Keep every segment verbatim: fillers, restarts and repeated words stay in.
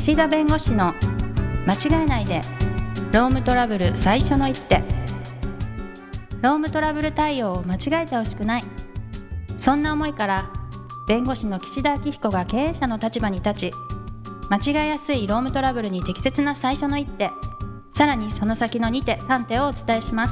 岸田弁護士の間違えないでロームトラブル最初の一手。ロームトラブル対応を間違えてほしくない、そんな思いから弁護士の岸田明彦が経営者の立場に立ち、間違えやすいロームトラブルに適切な最初の一手、さらにその先のに手さん手をお伝えします。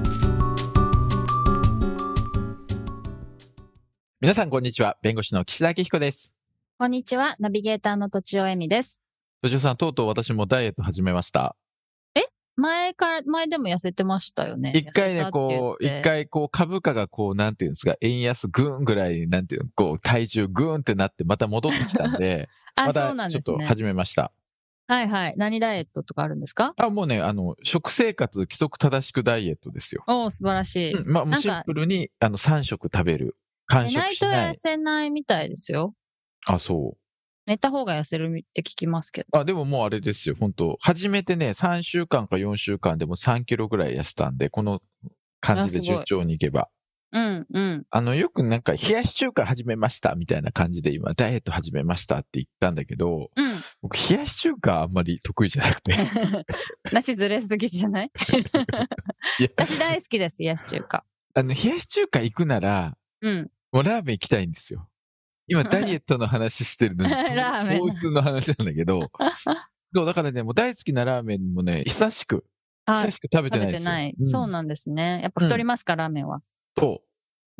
皆さんこんにちは。弁護士の岸田明彦です。 こんにちは。ナビゲーターのとちおえみです。 とちおさん、とうとう私もダイエット始めました。 え前から、前でも痩せてましたよね。 一回ね、こう、一回こう株価がこう、なんていうんですか、円安ぐーんぐらい、なんていうの、こう、体重ぐーんってなってまた戻ってきたんで、 あ、 まそうなんですね。 たちょっと始めました。 はいはい。何ダイエットとかあるんですか？ あ、もうね、あの、食生活規則正しくダイエットですよ。 おー、素晴らしい。 うん、まあ、もうシンプルに、あの、さん食食べる。完食しない。 寝ないと痩せないみたいですよ。 あ、そう。 寝た方が痩せるって聞きますけど。 あ、でももうあれですよ、本当初めてね、さんしゅうかんかよんしゅうかんでもさんキロぐらい痩せたんで、この感じで順調にいけば。 うんうん。 あの、よくなんか、冷やし中華始めましたみたいな感じで今、ダイエット始めましたって言ったんだけど、 うん、 僕、冷やし中華あんまり得意じゃなくて。 梨ずれすぎじゃない？いや私大好きです、冷やし中華。 あの、冷やし中華行くなら、 うん。 もうラーメン行きたいんですよ。今、ダイエットの話してるのに、 ラーメン。 糖質の話なんだけど、そう、だからね、もう大好きなラーメンもね、久しく、久しく食べてないですよ。 食べてない。 うん、 そうなんですね。やっぱ太りますか、うん、ラーメンは。 そう。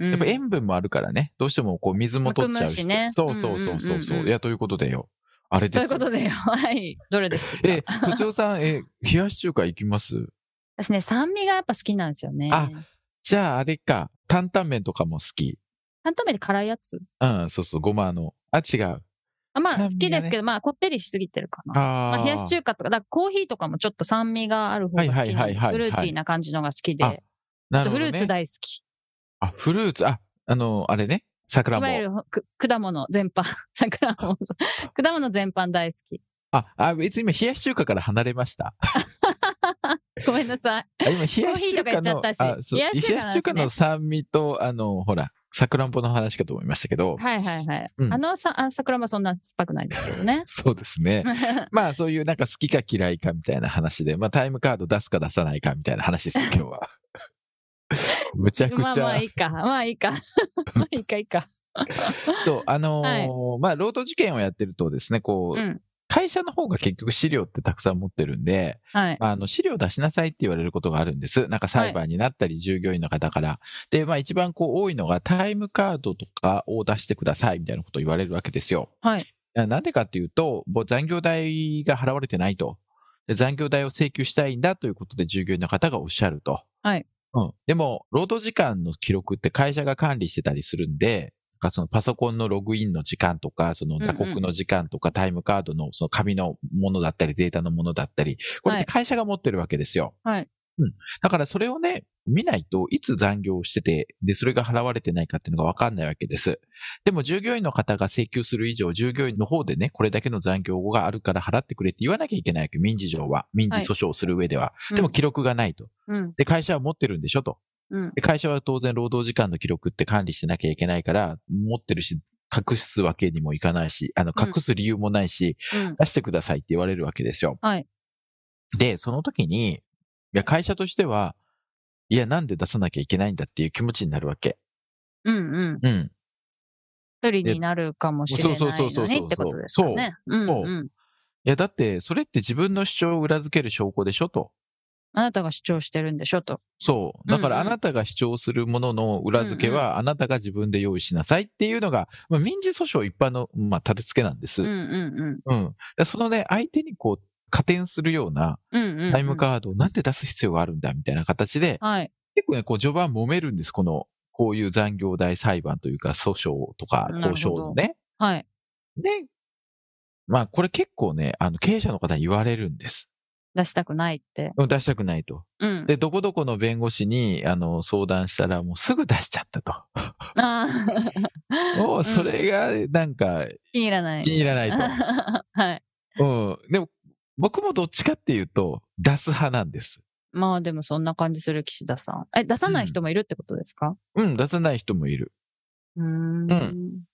やっぱ塩分もあるからね、どうしてもこう水も取っちゃうし。ね、そうそうそうそうそう。いや、ということでよ。あれですよ。 ということでよ。はい。どれですか？ え、とちおさん、え、冷やし中華行きます？ 私ね、酸味がやっぱ好きなんですよね。 あ、じゃああれか。担々麺とかも好き。 担々麺で辛いやつ？ うん、そうそう、ごまの。あ、違う。 あ、まあ、ね、好きですけど、まあ、こってりしすぎてるかな。あまあ、冷やし中華とか、だからコーヒーとかもちょっと酸味がある方が好きなんです。フルーティーな感じのが好きで。あ、なるほどね、フルーツ大好き。 あ、フルーツ、あ、あの、あれね。さくらんぼ。 いわゆる果物全般。さくらんぼ。果物全般大好き。 あ、あ、別に今冷やし中華から離れました。 ごめんなさい。 あ今、冷やし中華の、コーヒーとか言っちゃったし。 冷やし中華の酸味と、あの、ほら、さくらんぼの話かと思いましたけど。 はいはいはい。うん、あのさ、さくらんぼそんな酸っぱくないですけどね。 そうですね。まあそういうなんか好きか嫌いかみたいな話で、まあタイムカード出すか出さないかみたいな話ですよ、今日は。むちゃくちゃ。 まあまあいいか。まあいいか。まあいいかいいか。 そう、あのーはい、まあ労働事件をやってるとですね、こう、うん、会社の方が結局資料ってたくさん持ってるんで、はい、あの資料出しなさいって言われることがあるんです。なんか裁判になったり従業員の方から。はい、で、まあ一番こう多いのがタイムカードとかを出してくださいみたいなことを言われるわけですよ。はい。なんでかっていうと、もう残業代が払われてないと。で残業代を請求したいんだということで従業員の方がおっしゃると。はい。うん。でも、労働時間の記録って会社が管理してたりするんで、そのパソコンのログインの時間とか、その打刻の時間とか、タイムカードのその紙のものだったり、データのものだったり、これって会社が持ってるわけですよ。はい。うん。だからそれをね、見ないといつ残業してて、で、それが払われてないかっていうのがわかんないわけです。でも従業員の方が請求する以上、従業員の方でね、これだけの残業があるから払ってくれって言わなきゃいけないわけ、民事上は。民事訴訟をする上では。はい、でも記録がないと。うん。で、会社は持ってるんでしょと。うん、で会社は当然労働時間の記録って管理してなきゃいけないから、持ってるし、隠すわけにもいかないし、あの、隠す理由もないし、うん、出してくださいって言われるわけですよ。はい。で、その時に、いや、会社としては、いや、なんで出さなきゃいけないんだっていう気持ちになるわけ。 うんうん。うん。不利になるかもしれないのにってことですかね。 そう。うんうん。いや、だって、それって自分の主張を裏付ける証拠でしょと。 あなたが主張してるんでしょと。 そう。だからあなたが主張するものの裏付けはあなたが自分で用意しなさいっていうのが、まあ、民事訴訟一般の、まあ、立て付けなんです。うんうんうん。うん。そのね、相手にこう、加点するようなタイムカードをなんで出す必要があるんだみたいな形で、はい、結構ね、こう序盤揉めるんです。この、こういう残業代裁判というか訴訟とか交渉のね。はい。で、まあこれ結構ね、あの経営者の方に言われるんです。 出したくないって。 出したくないと。うん、で、どこどこの弁護士にあの相談したらもうすぐ出しちゃったと。あもうそれがなんか、 気に入らない。 気に入らないと。はい。うん。でも僕もどっちかっていうと出す派なんです。 まあでもそんな感じする岸田さん。え、出さない人もいるってことですか？ うん、うん、出さない人もいる。 うーん。 うん。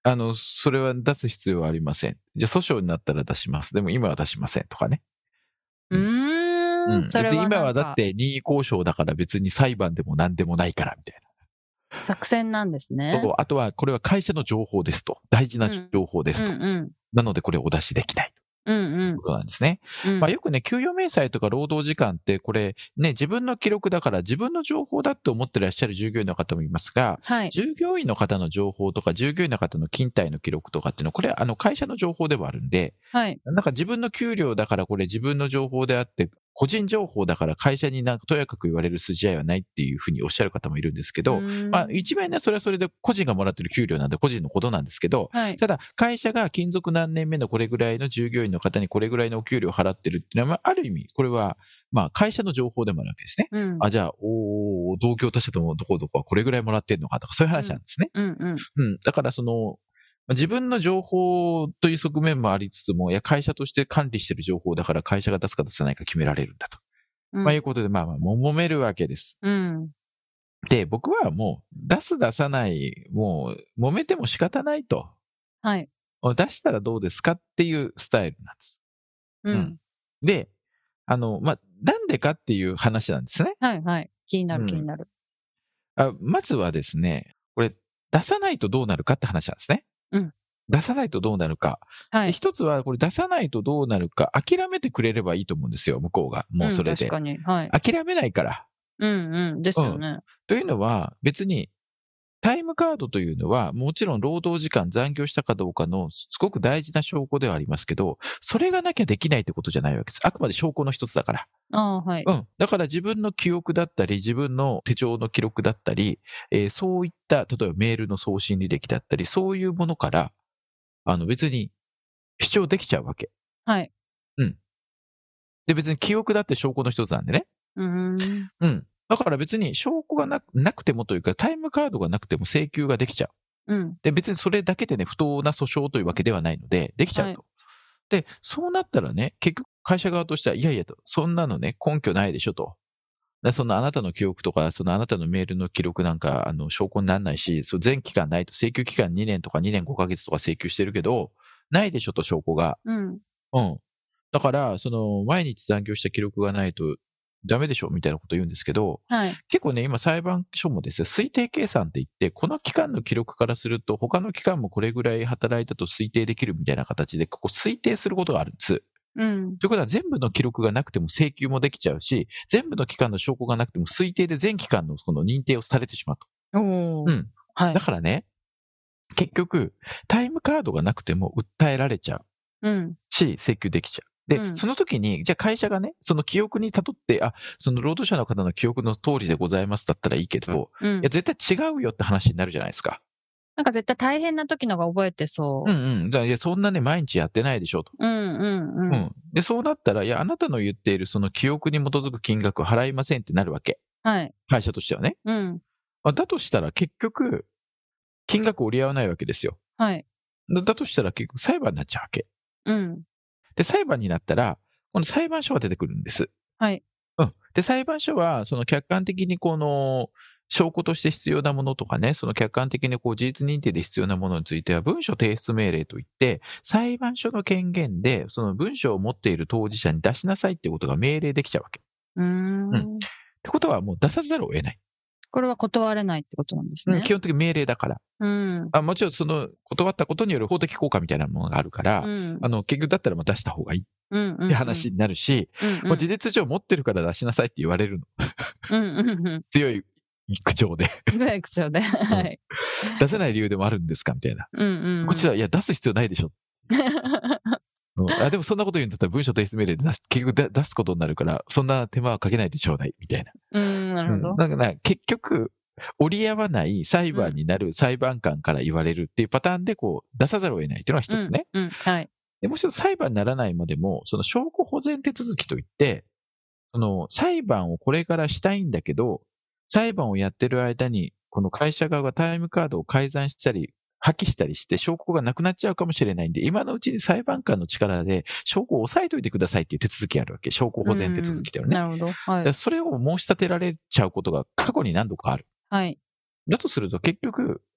あの、それは出す必要はありません。じゃあ訴訟になったら出します。でも今は出しませんとかね。 うーん。うん、 別に今はだって任意交渉だから別に裁判でも何でもないからみたいな。作戦なんですね。 あとはこれは会社の情報ですと。大事な情報ですと。うんうんうん、なのでこれをお出しできない。うんうん。ということなんですね。うん、まあよくね、給与明細とか労働時間ってこれね、自分の記録だから自分の情報だって思ってらっしゃる従業員の方もいますが、はい、従業員の方の情報とか従業員の方の勤怠の記録とかっていうのは、これあの会社の情報でもあるんで、はい、なんか自分の給料だからこれ自分の情報であって、個人情報だから会社になんかとやかく言われる筋合いはないっていうふうにおっしゃる方もいるんですけど、まあ一面ね、それはそれで個人がもらってる給料なんで個人のことなんですけど、はい、ただ会社が勤続何年目のこれぐらいの従業員の方にこれぐらいのお給料を払ってるっていうのは、ある意味これはまあ会社の情報でもあるわけですね。うん、あ、じゃあ、お同業他社ともどこどこはこれぐらいもらってるのかとかそういう話なんですね。うんうんうんうん、だからその、自分の情報という側面もありつつも、いや、会社として管理している情報だから会社が出すか出さないか決められるんだと。うん、まあいうことで、まあまあ、も揉めるわけです。うん、で、僕はもう、出す出さない、もう、揉めても仕方ないと。はい。出したらどうですかっていうスタイルなんです。うん。うん、で、あの、まあ、なんでかっていう話なんですね。 はいはい。気になる気になる。 うん、あまずはですね、これ、出さないとどうなるかって話なんですね。うん。出さないとどうなるか。はい。一つは、これ出さないとどうなるか、諦めてくれればいいと思うんですよ、向こうが。もうそれで。うん、確かに。はい。諦めないから。 うんうん。ですよね。うん、 というのは、別に、タイムカードというのは、もちろん労働時間残業したかどうかのすごく大事な証拠ではありますけど、それがなきゃできないってことじゃないわけです。あくまで証拠の一つだから。 ああ、はい。 うん。だから自分の記憶だったり、自分の手帳の記録だったり、えー、そういった、例えばメールの送信履歴だったり、そういうものから、あの別に主張できちゃうわけ。 はい。 うん。で、別に記憶だって証拠の一つなんでね。 うん。 うん。だから別に証拠が な, なくてもというか、タイムカードがなくても請求ができちゃう。うん。で、別にそれだけでね、不当な訴訟というわけではないので、できちゃうと。はい、で、そうなったらね、結局会社側としては、いやいやと、そんなのね、根拠ないでしょと。そのあなたの記憶とか、そのあなたのメールの記録なんか、あの、証拠にならないし、そ全期間ないと、請求期間にねんとかにねんごかげつとか請求してるけど、ないでしょと、証拠が。うん。うん。だから、その、毎日残業した記録がないと、ダメでしょみたいなこと言うんですけど、はい、結構ね、今裁判所もですね、推定計算って言って、この期間の記録からすると、他の期間もこれぐらい働いたと推定できるみたいな形で、ここ推定することがあるんです。うん。ということは全部の記録がなくても請求もできちゃうし、全部の期間の証拠がなくても推定で全期間のこの認定をされてしまうと。 おうん。はい。だからね、結局、タイムカードがなくても訴えられちゃう。うん。し、請求できちゃう。で、うん、その時に、じゃあ会社がね、その記憶に辿って、あ、その労働者の方の記憶の通りでございますだったらいいけど、うん、いや、絶対違うよって話になるじゃないですか。 なんか絶対大変な時のが覚えてそう。 うんうん。だからいや、そんなね、毎日やってないでしょと。 うんうんうん。 うん。で、そうなったら、いや、あなたの言っているその記憶に基づく金額を払いませんってなるわけ。 はい。 会社としてはね。 うん。 だとしたら結局、金額折り合わないわけですよ。 はい。 だ, だとしたら結局裁判になっちゃうわけ。 うん。 で、裁判になったら、この裁判所が出てくるんです。 はい。 うん。で、裁判所は、その客観的にこの、証拠として必要なものとかね、その客観的にこう事実認定で必要なものについては文書提出命令といって、裁判所の権限で、その文書を持っている当事者に出しなさいっていうことが命令できちゃうわけ。 うーん。うん。ってことはもう出さざるを得ない。 これは断れないってことなんですね。 うん、基本的に命令だから。 うん。 あ、もちろんその断ったことによる法的効果みたいなものがあるから、うん、あの、結局だったらまあ出した方がいいって話になるし、うんうん、もう事実上持ってるから出しなさいって言われるの。 うんうんうん、 強い口調で。 強い口調で。はい、 うん。出せない理由でもあるんですかみたいな。 うんうんうん、 こっちは、いや、出す必要ないでしょ。うん、あでもそんなこと言うんだったら文書提出命令で出す結局出すことになるから、そんな手間はかけないでちょうだい、みたいな。 うん、なるほど。 うん、だから結局、折り合わない裁判になる裁判官から言われるっていうパターンでこう出さざるを得ないっていうのが一つね。 うんうん、はい。 で、もう一つ裁判にならないまでも、その証拠保全手続きといって、その裁判をこれからしたいんだけど、裁判をやってる間に、この会社側がタイムカードを改ざんしたり、破棄したりして証拠がなくなっちゃうかもしれないんで、今のうちに裁判官の力で証拠を押さえといてくださいっていう手続きがあるわけ。証拠保全手続きだよね。 なるほど。はい。 それを申し立てられちゃうことが過去に何度かある。 はい。 だとすると結局、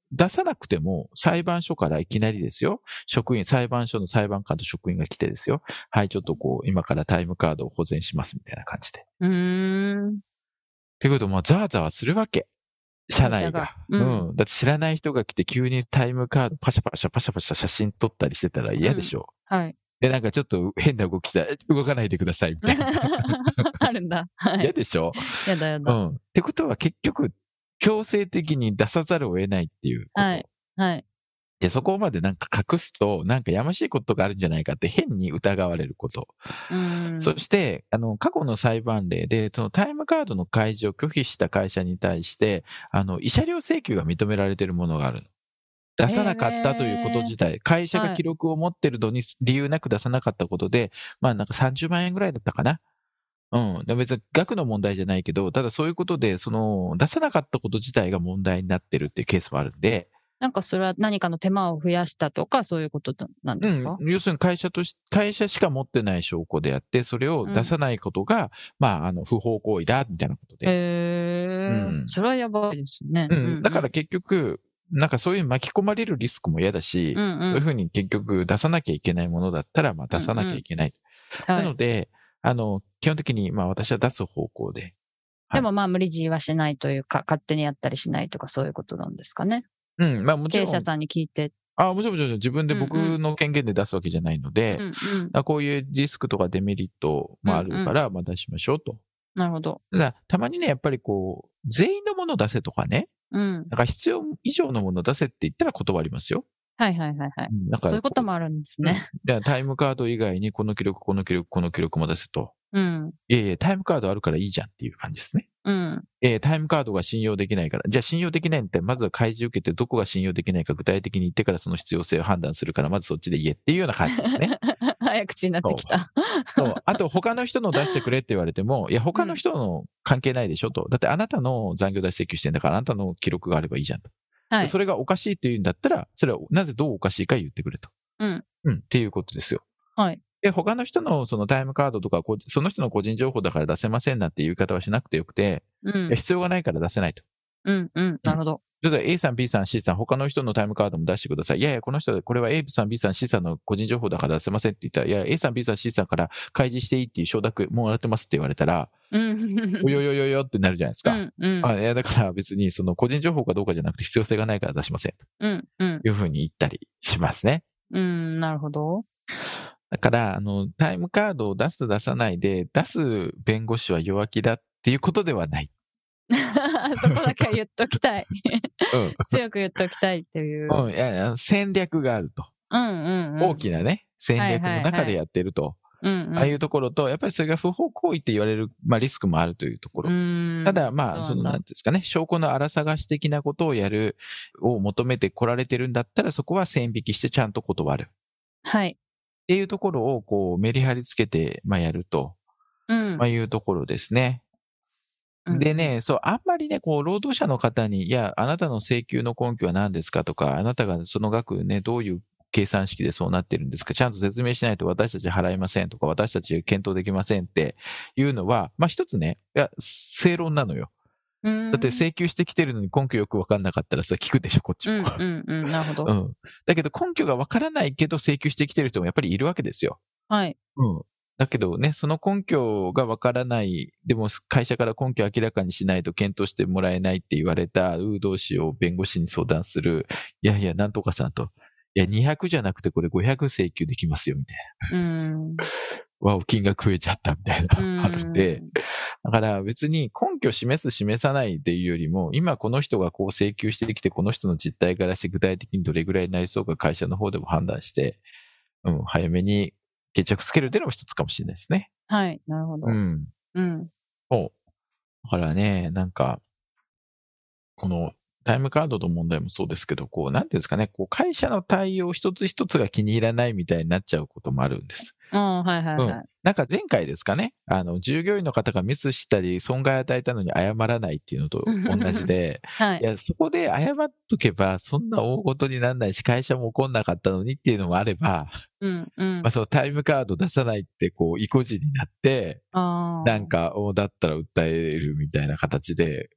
出さなくても裁判所からいきなりですよ。職員、裁判所の裁判官と職員が来てですよ。はい、ちょっとこう、今からタイムカードを保全しますみたいな感じで。 うーん。 ってことも、ざわざわするわけ。社内が。うん、うん。だって知らない人が来て急にタイムカードパシャパシャパシャパシャ写真撮ったりしてたら嫌でしょ。 うん、はい。 で、なんかちょっと変な動きしたら、動かないでくださいみたいな。 あるんだ。はい。 嫌でしょ。 やだやだ。 うん。ってことは結局、強制的に出さざるを得ないっていうこと。 はい。はい。 で、そこまでなんか隠すと、なんかやましいことがあるんじゃないかって変に疑われること。 うんそして、あの、過去の裁判例で、そのタイムカードの開示を拒否した会社に対して、あの、慰謝料請求が認められているものがあるの。出さなかったということ自体、会社が記録を持ってるのに理由なく出さなかったことで、はい、まあなんかさんじゅうまんえんぐらいだったかな。うん。で別に額の問題じゃないけど、ただそういうことで、その、出さなかったこと自体が問題になってるっていうケースもあるんで。 なんかそれは何かの手間を増やしたとか、そういうことなんですか？ うん。要するに会社とし、会社しか持ってない証拠であって、それを出さないことが、うん、まあ、あの、不法行為だ、みたいなことで。 へー。うん。それはやばいですね。 うん。うん、だから結局、なんかそういう巻き込まれるリスクも嫌だし、うんうん、そういうふうに結局出さなきゃいけないものだったら、まあ出さなきゃいけない。うんうん、なので、はい、あの、基本的に、まあ私は出す方向で。 でもまあ無理強いはしないというか、勝手にやったりしないとかそういうことなんですかね。 うん、まあもちろん。 経営者さんに聞いて。 ああ、もちろんもちろん自分で僕の権限で出すわけじゃないので、うんうん、こういうリスクとかデメリットもあるから、まあ出しましょうと。 なるほど。 ただ、たまにね、やっぱりこう、全員のものを出せとかね。うん。だから必要以上のものを出せって言ったら断りますよ。 はいはいはいはい。だからそういうこともあるんですね。 うん、タイムカード以外にこの記録、この記録、この記録も出せと。 うん。 いやいや、タイムカードあるからいいじゃんっていう感じですね。 うん。 えー、タイムカードが信用できないから。じゃあ信用できないんだったら、まずは開示受けてどこが信用できないか具体的に言ってからその必要性を判断するから、まずそっちで言えっていうような感じですね。 早口になってきた。 そう。あと他の人の出してくれって言われても、いや他の人の関係ないでしょと。うん、だってあなたの残業代請求してんだから、あなたの記録があればいいじゃんと。はい、それがおかしいって言うんだったら、それはなぜどうおかしいか言ってくれと。 うん。 うん。っていうことですよ。 はい。 で、他の人のそのタイムカードとか、その人の個人情報だから出せませんなっていう言い方はしなくてよくて、うん、必要がないから出せないと。 うんうん、なるほど。 例えば A さん、B さん、C さん、他の人のタイムカードも出してください。いやいや、この人は、これは A さん、B さん、C さんの個人情報だから出せませんって言ったら、いや、A さん、B さん、C さんから開示していいっていう承諾もらってますって言われたら、うん、およよよよってなるじゃないですか。うんうん、あいやだから別にその個人情報かどうかじゃなくて必要性がないから出しませんと。うんうん、いうふうに言ったりしますね。 うん、なるほど。 だから、あの、タイムカードを出す出さないで、出す弁護士は弱気だっていうことではない。 そこだけは言っときたい。うん、強く言っときたいっていう。 うん、いや戦略があると。 うんうんうん、 大きなね、戦略の中でやってると。はいはいはいああいうところと、やっぱりそれが不法行為って言われる、まあリスクもあるというところ。ただ、まあ、その、なんていうんですかね、証拠の荒探し的なことをやる、を求めて来られてるんだったら、そこは線引きしてちゃんと断る。 はい。 っていうところを、こう、メリハリつけて、まあやると。うん。まあいうところですね。でね、そう、あんまりね、こう、労働者の方に、いや、あなたの請求の根拠は何ですかとか、あなたがその額ね、どういう計算式でそうなってるんですかちゃんと説明しないと私たち払いませんとか、私たち検討できませんっていうのは、まあ一つね、いや、正論なのよ。だって請求してきてるのに根拠よくわかんなかったらそれ聞くでしょ、こっちも。 うんうんうん、なるほど。 うん。だけど根拠がわからないけど請求してきてる人もやっぱりいるわけですよ。 はい。 うん。だけどね、その根拠がわからない、でも会社から根拠を明らかにしないと検討してもらえないって言われた、うーどうしよう弁護士に相談する。いやいや、なんとかさんと。いや、にひゃくじゃなくてこれごひゃく請求できますよ、みたいな。うん。わお、金額増えちゃったみたいなのがあるんで。だから別に根拠示す示さないっていうよりも、今この人がこう請求してきて、この人の実態からして具体的にどれぐらいになりそうか会社の方でも判断して、うん、早めに決着つけるっていうのも一つかもしれないですね。 はい、なるほど。 うん。 うん。 そう。だからね、なんか、この、タイムカードの問題もそうですけど、こう、なんていうんですかね、こう、会社の対応一つ一つが気に入らないみたいになっちゃうこともあるんです。 ああ、はいはいはい。うん。 なんか前回ですかね、あの、従業員の方がミスしたり、損害与えたのに謝らないっていうのと同じで、はい。いや、そこで謝っとけば、そんな大事にならないし、会社も怒んなかったのにっていうのもあれば、うんうん。まあ、そのタイムカード出さないって、こう、意固地になって、あなんか、だったら訴えるみたいな形で、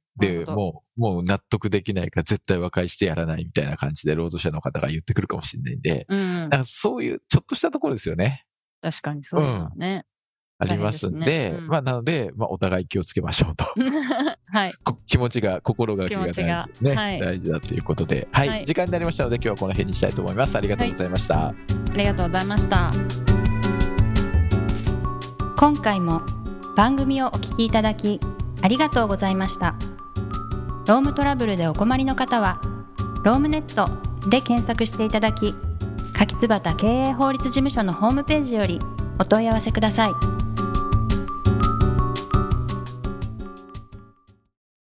で、もう、もう納得できないから絶対和解してやらないみたいな感じで労働者の方が言ってくるかもしれないんで、うん、だからそういうちょっとしたところですよね。 確かにそうだね。 うん、ありますんで、でねうん、まあなので、まあお互い気をつけましょうと。 はい。 気持ちが、心が気が大事、ね、はい、大事だということで、はい、はい。時間になりましたので今日はこの辺にしたいと思います。ありがとうございました。はい、 ありがとうございました。 今回も番組をお聞きいただきありがとうございました。ロームトラブルでお困りの方はロームネットで検索していただき、柿椿経営法律事務所のホームページよりお問い合わせください。